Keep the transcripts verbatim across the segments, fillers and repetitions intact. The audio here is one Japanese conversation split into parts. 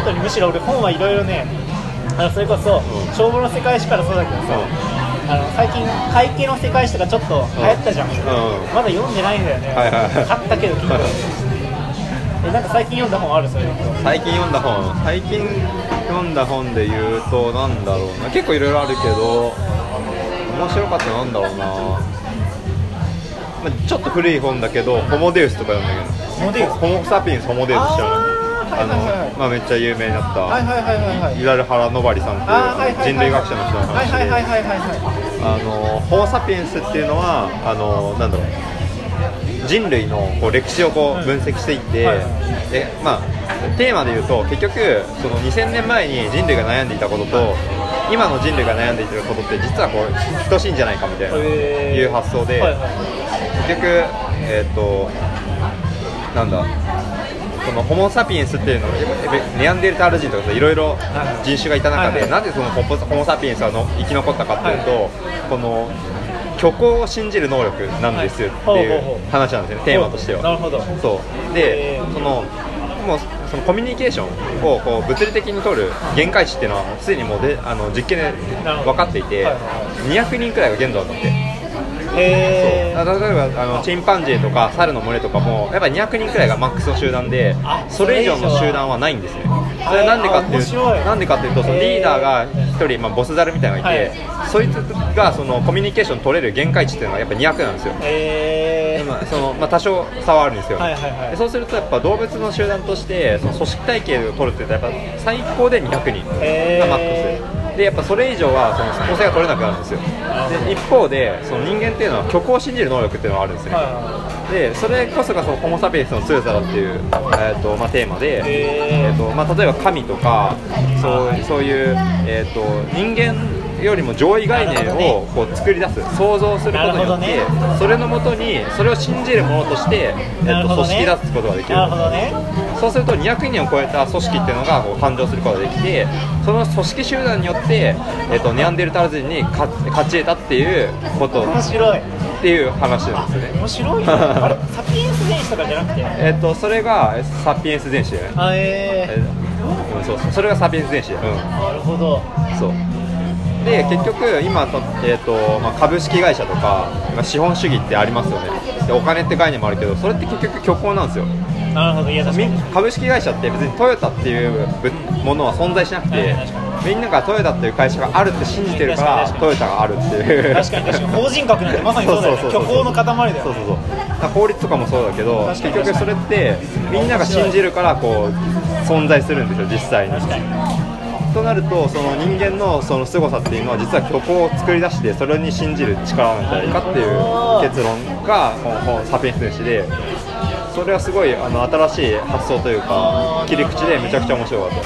後にむしろ俺本はいろいろね、あのそれこそ消防の世界史からそうだけどさ、あの最近会計の世界史とかちょっと流行ったじゃん、うん、まだ読んでないんだよね、はいはいはい、買ったけど Kindle え、なんか最近読んだ本ある？それ最近読んだ本最近読んだ本で言うとなんだろうな、結構いろいろあるけど面白かったのなんだろうな、まあ、ちょっと古い本だけどホモデウスとか読んだけど、ホモデウスホモサピエンスホモデウス知らない？あの、まあ、めっちゃ有名になったイラルハラ・ノバリさんっていう人類学者の人の話で、あのホモ・サピエンスっていうのはあのなんだろう、人類のこう歴史をこう分析していって、うんでまあ、テーマで言うと結局そのにせんねんまえに人類が悩んでいたことと今の人類が悩んでいることって実はこう等しいんじゃないかみたいないう発想で、結局、えー、となんだそのホモ・サピエンスっていうのはネアンデルタール人とかいろいろ人種がいた中で、はいはい、なぜそのホモ・サピエンスがの生き残ったかっていうと、はい、この虚構を信じる能力なんですよっていう話なんですよね、テーマとしては。 なるほど。 そうで、そのもうそのコミュニケーションをこう物理的に取る限界値っていうのはすでにもうであの実験で分かっていて、にひゃくにんくらいが限度だったって。へー。そう例えばあのチンパンジーとか猿の群れとかもやっぱりにひゃくにんくらいがマックスの集団で、それ以上の集団はないんですね。それはなんでかっていうと、なんでかっていうとそのリーダーがひとり、まあ、ボスザルみたいなのがいて、はい、そいつがそのコミュニケーション取れる限界値っていうのがやっぱにひゃくなんですよ。へー。まあそのまあ、多少差はあるんですよ、はいはいはい、でそうするとやっぱ動物の集団としてその組織体系を取るっていうとやっぱ最高でにひゃくにんがマックスで、やっぱそれ以上はその構成が取れなくなるんですよ。で一方でその人間っていうのは虚構を信じる能力っていうのがあるんですね、はいはい、でそれこそがそのホモ・サピエンスの強さだっていう、えーとまあ、テーマで、えーとまあ、例えば神とかそう、そういう、えーと人間よりも上位概念をこう作り出す、想像することによって、ね、それのもとにそれを信じるものとして、えっと、組織出すことができる。なるほどね。そうするとにひゃくにんを超えた組織っていうのがこう誕生することができて、その組織集団によって、えっと、ネアンデルタール人に勝ち得たっていうこと面白いっていう話なんですよね。 面白いね。あれサピエンス全史とかじゃなくてえっとそれがサピエンス全史だよね。 あえー、 えーうん、そうそう、それがサピエンス全史だよ、うん、 なるほど。 そうで結局今と、えーとまあ、株式会社とか資本主義ってありますよね。でお金って概念もあるけどそれって結局虚構なんですよ。 なるほど。いや確かに株式会社って別にトヨタっていうものは存在しなくて、みんながトヨタっていう会社があるって信じてるからトヨタがあるっていう。確かに確かに法人格なんてまさにそうだよね。虚構の塊だよ。そうそうそう。法律とかもそうだけど結局それってみんなが信じるからこう存在するんですよ実際に。確かにとなるとその人間のその凄さっていうのは実は虚構を作り出してそれに信じる力なんじゃないかっていう結論がこのサピエンス全史で、それはすごいあの新しい発想というか切り口でめちゃくちゃ面白かった。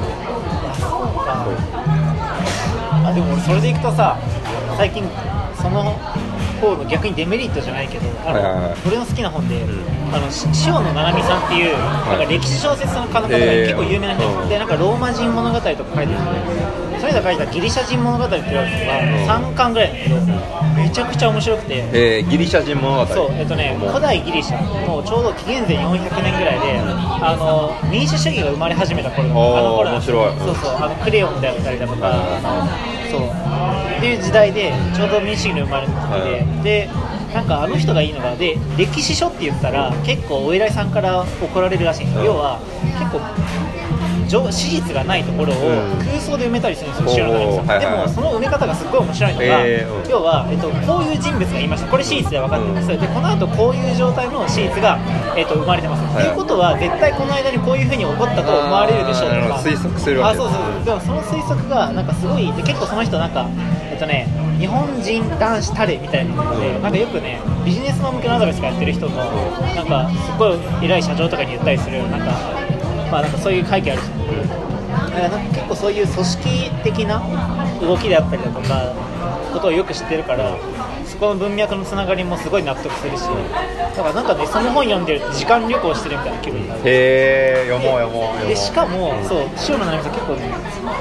あでも俺それでいくとさ、最近その方の逆にデメリットじゃないけど、あの、はいはいはい、俺の好きな本で、うん、あの塩野七海さんっていう、はい、なんか歴史小説の方が結構有名な人、えー、でなんかローマ人物語とか書いてるんで、それで書いたギリシャ人物語って言われるのがさんかんぐらいなんだけど、めちゃくちゃ面白くて、 えー、ギリシャ人物語そう、えっとね、古代ギリシャのちょうど紀元前よんひゃくねんぐらいで、あの民主主義が生まれ始めた頃のあの頃なんですよ。そうそう、あのクレオンであったりだとか、あのそうっていう時代でちょうど民主主義の生まれた時で、はい、でなんかあの人がいいのがで歴史書って言ったら結構お偉いさんから怒られるらしいんですよ、うん、要は結構史実がないところを空想で埋めたりするんですよ、塩野七海さん。でもその埋め方がすっごい面白いのが、えー、要は、えっと、こういう人物がいました、これ史実で分かってます、うん、でこの後こういう状態の史実が、えっと、生まれてます、はい、っていうことは絶対この間にこういう風に起こったと思われるでしょうとか推測するわけです。 あ、そうそうそう。でもその推測がなんかすごいで、結構その人なんかえっとね日本人男子タレみたいなので、なんかよくねビジネスマン向けのアドバイスとかやってる人のなんかすごい偉い社長とかに言ったりするなんかまあなんかそういう会見あるし、なんか結構そういう組織的な動きであったりだとかことをよく知ってるから、そこの文脈のつながりもすごい納得するし、だからなんかねその本読んでると時間旅行してるみたいな気分になる。 へー、読もう読もう読もう。 でしかもそう塩野七海さん結構ね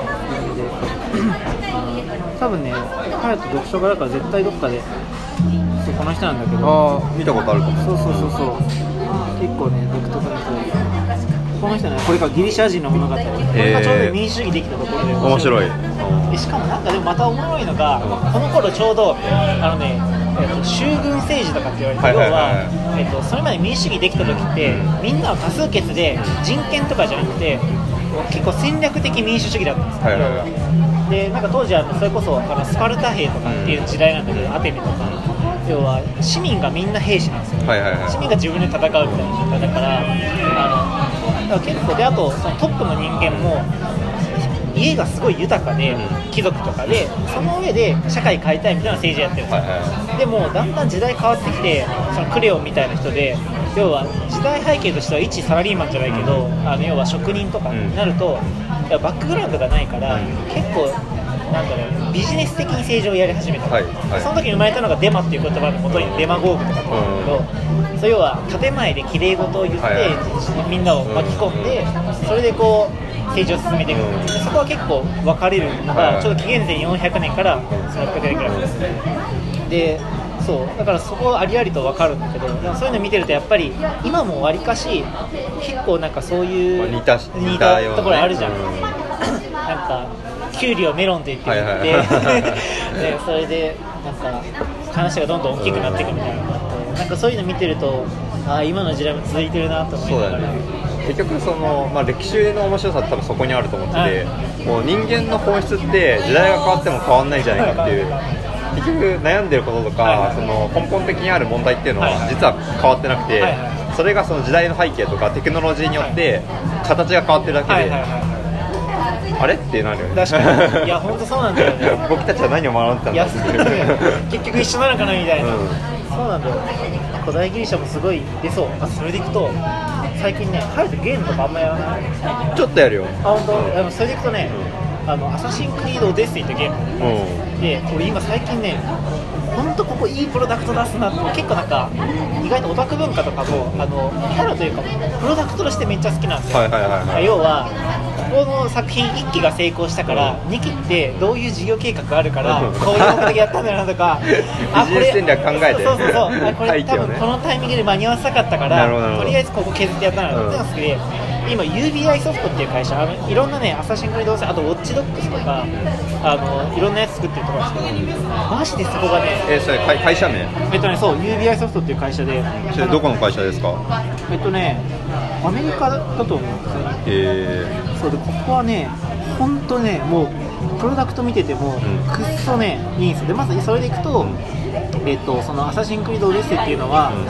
多分ね彼と読書家だから絶対どっかでそうこの人なんだけど、 あ見たことあるかも。 そうそうそうそう、結構ね独特な人で、 この人ね、これからギリシャ人の物語、これがちょうど民主主義できたところで面白い。 でしかもなんかでもまたおもろいのが、この頃ちょうどあのね、えー、と州軍政治とかって言われて、要は、えー、とそれまで民主主義できた時ってみんなは多数決で人権とかじゃなくて結構戦略的民主主義だったんですよ、はいはいはい、でなんか当時はそれこそあのスパルタ兵とかっていう時代なんだけど、アテネとか要は市民がみんな兵士なんですよ、はいはいはい、市民が自分で戦うみたいな状態だからあのだから結構であとそのトップの人間も家がすごい豊かで、うん、貴族とかでその上で社会変えたいみたいな政治やってるんですよ、はいはい、でもだんだん時代変わってきてそのクレオンみたいな人で要は時代背景としては一サラリーマンじゃないけど、うん、あの要は職人とかになると、うん、バックグラウンドがないから、うん、結構なんだろうビジネス的に政治をやり始めた、はいはい、その時に生まれたのがデマっていう言葉の元にデマゴーグとかって言うんだけど、うん、それ要は建前で綺麗事を言って、はいはい、みんなを巻き込んで、うん、それでこう政治を進めていく、うん、そこは結構分かれるのが、はい、ちょうど紀元前よんひゃくねんからそのろっぴゃくねんくらいです、うん、でそうだからそこはありありと分かるんだけどそういうの見てるとやっぱり今もわりかし結構なんかそういう似た、似たところあるじゃん、うん、なんかキュウリをメロンって言って言って、はいはいでそれでなんか話がどんどん大きくなっていくみたいなのがあってなんかそういうの見てるとあ今の時代も続いてるなと思いながら、 結局その、まあ、歴史の面白さって多分そこにあると思ってて、はい、もう人間の本質って時代が変わっても変わんないんじゃないかっていう結局悩んでることとか、はい、その根本的にある問題っていうのは実は変わってなくて、はいはい、それがその時代の背景とかテクノロジーによって形が変わってるだけで、はいはいはい、あれってなるよね。 確かにいや本当そうなんだよね僕たちは何を学んでたんだって結局一緒なのかなみたいな、うん、そうなんだよ。古代ギリシャもすごい出そう。あそれでいくと最近ね、ハルトゲームとかあんまやらない。 ちょっとやるよ。 あ、本当。うん、でもそれでいくとね、うん、あのアサシンクリードオデッセイってゲーム、うん、で、俺今最近ね、本当ここいいプロダクト出すなって結構なんか意外とオタク文化とかもあのキャラというかプロダクトとしてめっちゃ好きなんですよ。はいはいはいはい、要はここの作品いっきが成功したから、うん、にきってどういう事業計画があるから、うん、こういう目的やったんだよなとかあビジネス戦略考えてそうそうそうあこれ多分このタイミングで間に合わせたかったからとりあえずここ削ってやったんだってのが好きで、今 ユービーアイ ソフトっていう会社あのいろんなねアサシンクリード戦あとウォッチドッグスとかあのいろんなやつ作ってるところなんですけど、マジでそこがねえー、それ会社名えっとねそう ユービーアイ ソフトっていう会社でそれどこの会社ですか？ えっとねアメリカだと思うんですよね。 へーそうでここはね本当ねもうプロダクト見てても、うん、くっそねいいんですよ。でまずそれでいくと、うん、えっとそのアサシンクリードオデッセイっていうのは、うん、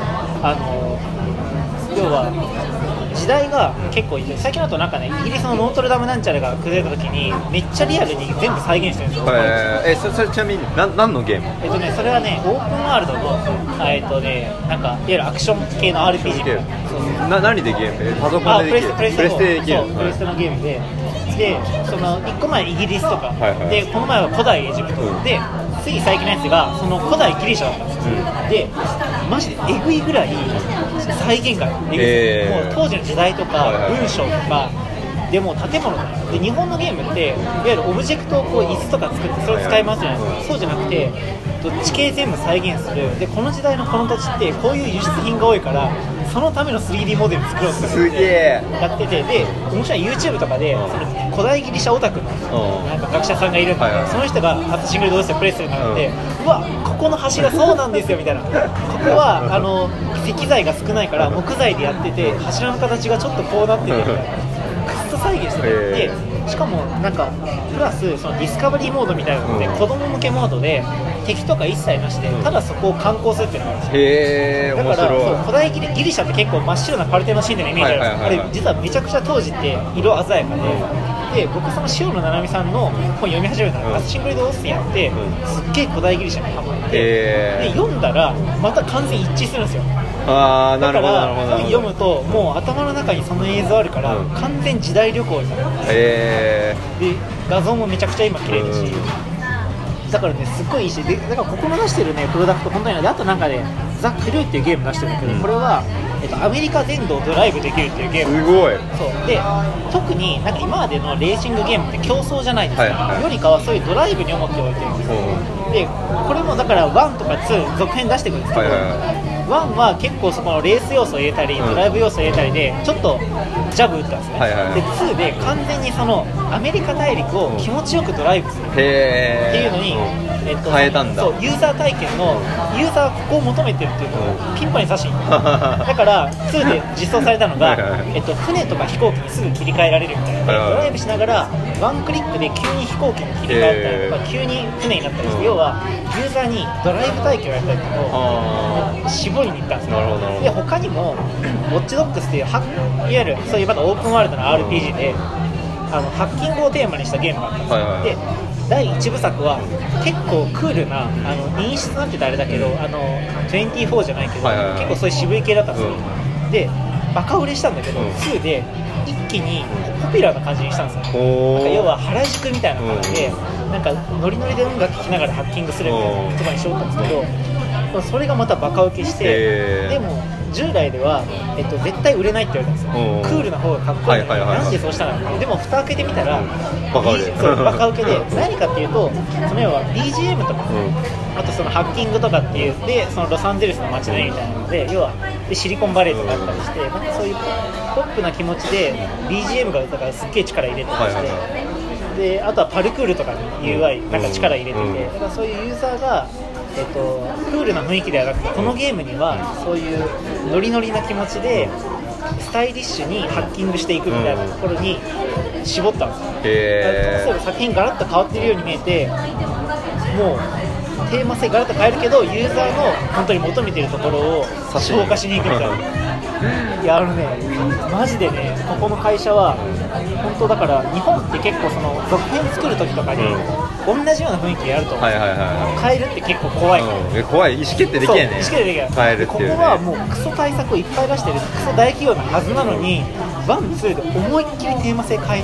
あの要は時代が結構いて最近だとなんかねイギリスのノートルダムなんちゃらが崩れた時にめっちゃリアルに全部再現してるんですよ。 えー、えそ, それちなみに何何のゲーム？ えっとねそれはねオープンワールドの、うん、えっとねなんかいわゆるアクション系の アールピージー みたいな。そうそうな何でゲーム？パソコンでできる？ プレステでできる。そうプレステのゲームででそのいっこまえイギリスとか、はいはい、でこの前は古代エジプト、うん、でつい最近のやつがその古代ギリシャだったんですよ、うん、でマジでエグいぐらい再現がエグい、えー、もう当時の時代とか文章とかでも建物とかで日本のゲームっていわゆるオブジェクトをこう椅子とか作ってそれを使いますじゃないですか。そうじゃなくて地形全部再現するでこの時代のこの土地ってこういう輸出品が多いからそのための スリーディー モデル作ろうと思ってやっててで面白い YouTube とかでその古代ギリシャオタクのなんか学者さんがいるんで、はいはい、その人がアサシンクリードオデッセイをプレイするので、うん、うわここの橋がそうなんですよみたいなここはあの石材が少ないから木材でやってて柱の形がちょっとこうなっててみたいなクッと再現してて、えーしかもなんかプラスそのディスカバリーモードみたいなので、うん、子供向けモードで敵とか一切なしで、うん、ただそこを観光するっていうのがあるんですよ。 へーだからそう古代ギ リ, ギリシャって結構真っ白なパルテノ神殿のイメージあるんですよ、はいはいはいはい、あれ実はめちゃくちゃ当時って色鮮やかで、うん、で僕その塩野七海さんの本読み始めたら、うん、アサシンクリードオデッセイやって、うん、すっげえ古代ギリシャにハマって、で読んだらまた完全一致するんですよ。 あなるほどなるほど。 本読むともう頭の中にその映像あるから、うん、完全時代旅行になる。 へで画像もめちゃくちゃ今綺麗だし、うん、だからねすっごいいいしでだからここの出してるねプロダクト本当にあとなんかねザ・クルーっていうゲーム出してるんだけど、うん、これは、えっと、アメリカ全土をドライブできるっていうゲーム。 すごい。 そうで特になんか今までのレーシングゲームって競争じゃないですか、はいはい、よりかはそういうドライブに重きを置いてるんですよ、うん、でこれもだからワンとかツー続編出してくるんですけど、はいはいはいワンは結構そこのレース要素を入れたり、うん、ドライブ要素を入れたりでちょっとジャブ打ったんですね、はいはいはい、でツーで完全にそのアメリカ大陸を気持ちよくドライブするっていうのに、 うんえっと、 変えたんだ。 そうユーザー体験のユーザーはここを求めてるっていうのをピンポイントに差しに行っただからツーで実装されたのがえっと、船とか飛行機にすぐ切り替えられるみたいなでドライブしながらワンクリックで急に飛行機に切り替えたりとか急に船になったりして、うん、要はユーザーにドライブ体験をやったりとかを絞りに行ったんですよ。で他にもウォッチドッグスっていういわゆるそういうまたオープンワールドの アールピージー であのハッキングをテーマにしたゲームがあったんですよ、はいはいはい、でだいいちぶさくは結構クールなあの陰湿なんて言ったらあれだけどあのにじゅうよんじゃないけど、はいはいはい、結構そういう渋い系だったんですよ、うん、でバカ売れしたんだけど、うん、ツーで一気にポピュラーな感じにしたんですよ。なんか要は原宿みたいな感じで、うん、なんかノリノリで音楽聴きながらハッキングするみたいなとかにしようとったんですけど、それがまたバカ受けして、でも従来では、えっと、絶対売れないって言われたんですよ。クールな方がかっこいいのに、はいはいはいはい、なんでそうしたのか。でも蓋開けてみたら、バカ売れそうバカ受けで何かっていうと、その要は ビージーエム とか、うん、あとそのハッキングとかっていうでそのロサンゼルスの街並みみたいなので、要はでシリコンバレーとかあったりして、なんかそういうポップな気持ちで ビージーエム がだからすっげえ力入れてたりして、はいはいはい、であとはパルクールとかに ユーアイ なんか力入れてて、うん、だからそういうユーザーがえっと、クールな雰囲気ではなくてこのゲームにはそういうノリノリな気持ちでスタイリッシュにハッキングしていくみたいなところに絞ったんですよ、へー。例えば作品ガラッと変わってるように見えてもうテーマ性ガラッと変えるけどユーザーの本当に求めてるところを消化しに行くみたいないやあのねマジでねここの会社は本当だから日本って結構その続編作る時とかに同じような雰囲気やると思うんですよ、はいはいはい、変えるって結構怖いから、 うん、怖い意思決定できないね。意思決定できない変えるっていうね。ここはもうクソ対策をいっぱい出してるクソ大企業のはずなのにワン、ツーで思いっきりテーマ性変え